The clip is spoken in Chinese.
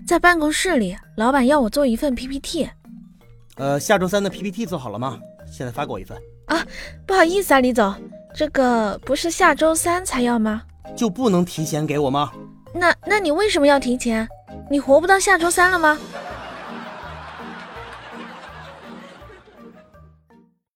在办公室里，老板要我做一份 PPT。 下周3的 PPT 做好了吗？现在发给我一份。 啊，不好意思啊，李总，这个不是下周3才要吗？ 就不能提前给我吗？ 那你为什么要提前？你活不到下周3了吗？